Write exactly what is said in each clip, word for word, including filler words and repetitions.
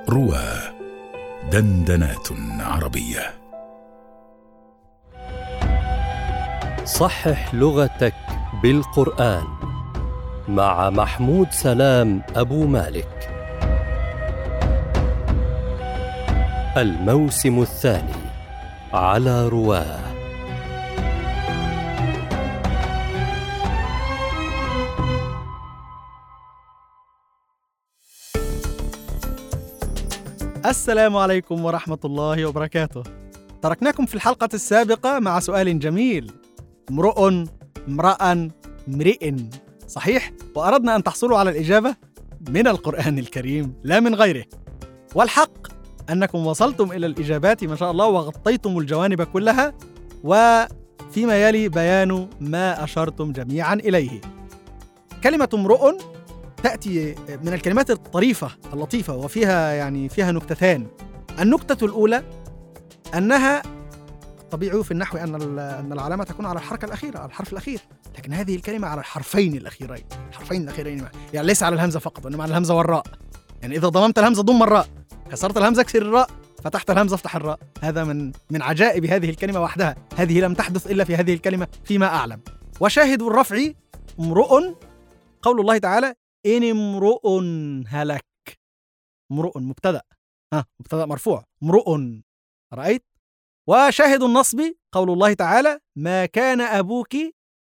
روى دندنات عربية. صحح لغتك بالقرآن مع محمود سلام أبو مالك. الموسم الثاني على رواه. السلام عليكم ورحمة الله وبركاته. تركناكم في الحلقة السابقة مع سؤال جميل: امرؤ، امرأ، امرئ، صحيح؟ وأردنا أن تحصلوا على الإجابة من القرآن الكريم لا من غيره. والحق أنكم وصلتم إلى الإجابات ما شاء الله وغطيتم الجوانب كلها، وفيما يلي بيان ما أشرتم جميعا إليه. كلمة امرؤ تأتي من الكلمات الطريفة اللطيفة، وفيها يعني فيها نكتتان. النكتة الأولى أنها طبيعي في النحو أن أن العلامة تكون على الحركة الأخيرة، على الحرف الأخير، لكن هذه الكلمة على الحرفين الأخيرين، الحرفين الأخيرين يعني ليس على الهمزة فقط، وإنما على الهمزة والراء. يعني إذا ضممت الهمزة ضم الراء، كسرت الهمزة اكسر الراء، فتحت الهمزة افتح الراء. هذا من من عجائب هذه الكلمة وحدها، هذه لم تحدث إلا في هذه الكلمة فيما أعلم. وشاهد الرفع امرؤ قول الله تعالى: إن امرؤ هلك. امرؤ مبتدأ، ها مبتدأ مرفوع، امرؤ، رأيت؟ وشاهد النصب قول الله تعالى: ما كان أبوك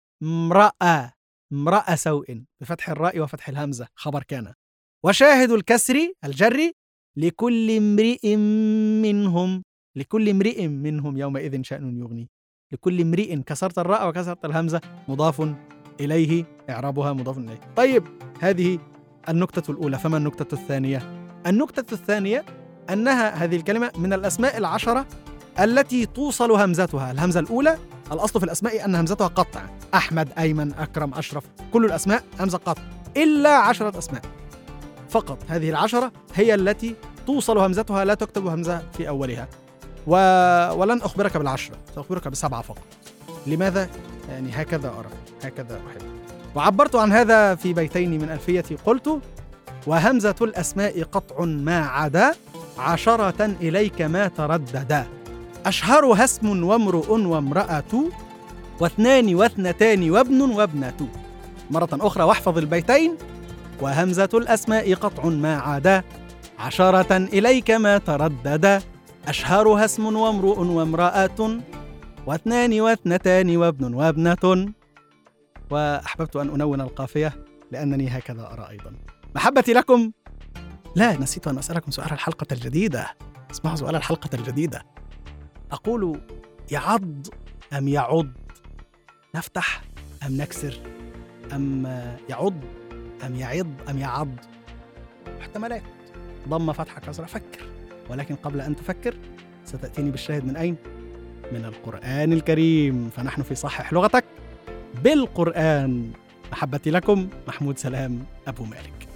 امرأة، امرأة سوء، بفتح الراء وفتح الهمزة خبر كان. وشاهد الكسر الجر: لكل امرئ منهم، لكل امرئ منهم يومئذ شأن يغني. لكل امرئ، كسرت الراء وكسرت الهمزة، مضاف إليه، إعرابها مضاف إليه. طيب، هذه النكتة الأولى. فما النكتة الثانية؟ النكتة الثانية أنها هذه الكلمة من الأسماء العشرة التي توصل همزتها، الهمزة الأولى الأصل في الأسماء أن همزتها قطع: أحمد، أيمن، أكرم، أشرف، كل الأسماء همزة قطع إلا عشرة أسماء فقط. هذه العشرة هي التي توصل همزتها، لا تكتب همزة في أولها. و... ولن أخبرك بالعشرة، سأخبرك بسبعة فقط. لماذا؟ يعني هكذا أرى، هكذا أحب. وعبرت عن هذا في بيتين من ألفيتي، قلت: وهمزة الأسماء قطع ما عدا عشرة إليك ما ترددا، أشهرها اسم وامرؤ وامرأة، واثنان واثنتان وابن وابنة. مرة أخرى واحفظ البيتين: وهمزة الأسماء قطع ما عدا عشرة إليك ما ترددا، أشهرها اسم وامرؤ وامرأة، واثنان واثنتان وابن وابنة. وأحببت أن أنون القافية لأنني هكذا أرى أيضا. محبتي لكم، لا نسيت أن أسألكم سؤال الحلقة الجديدة. اسمعوا سؤال الحلقة الجديدة. أقول: يعض أم يعض؟ نفتح أم نكسر؟ أم يعض أم يعض أم يعض؟ احتمالات: ضم، فتحة، كسرة، فكر. ولكن قبل أن تفكر ستأتيني بالشاهد من أين؟ من القرآن الكريم. فنحن في صحح لغتك بالقرآن. محبتي لكم، محمود سلام أبو مالك.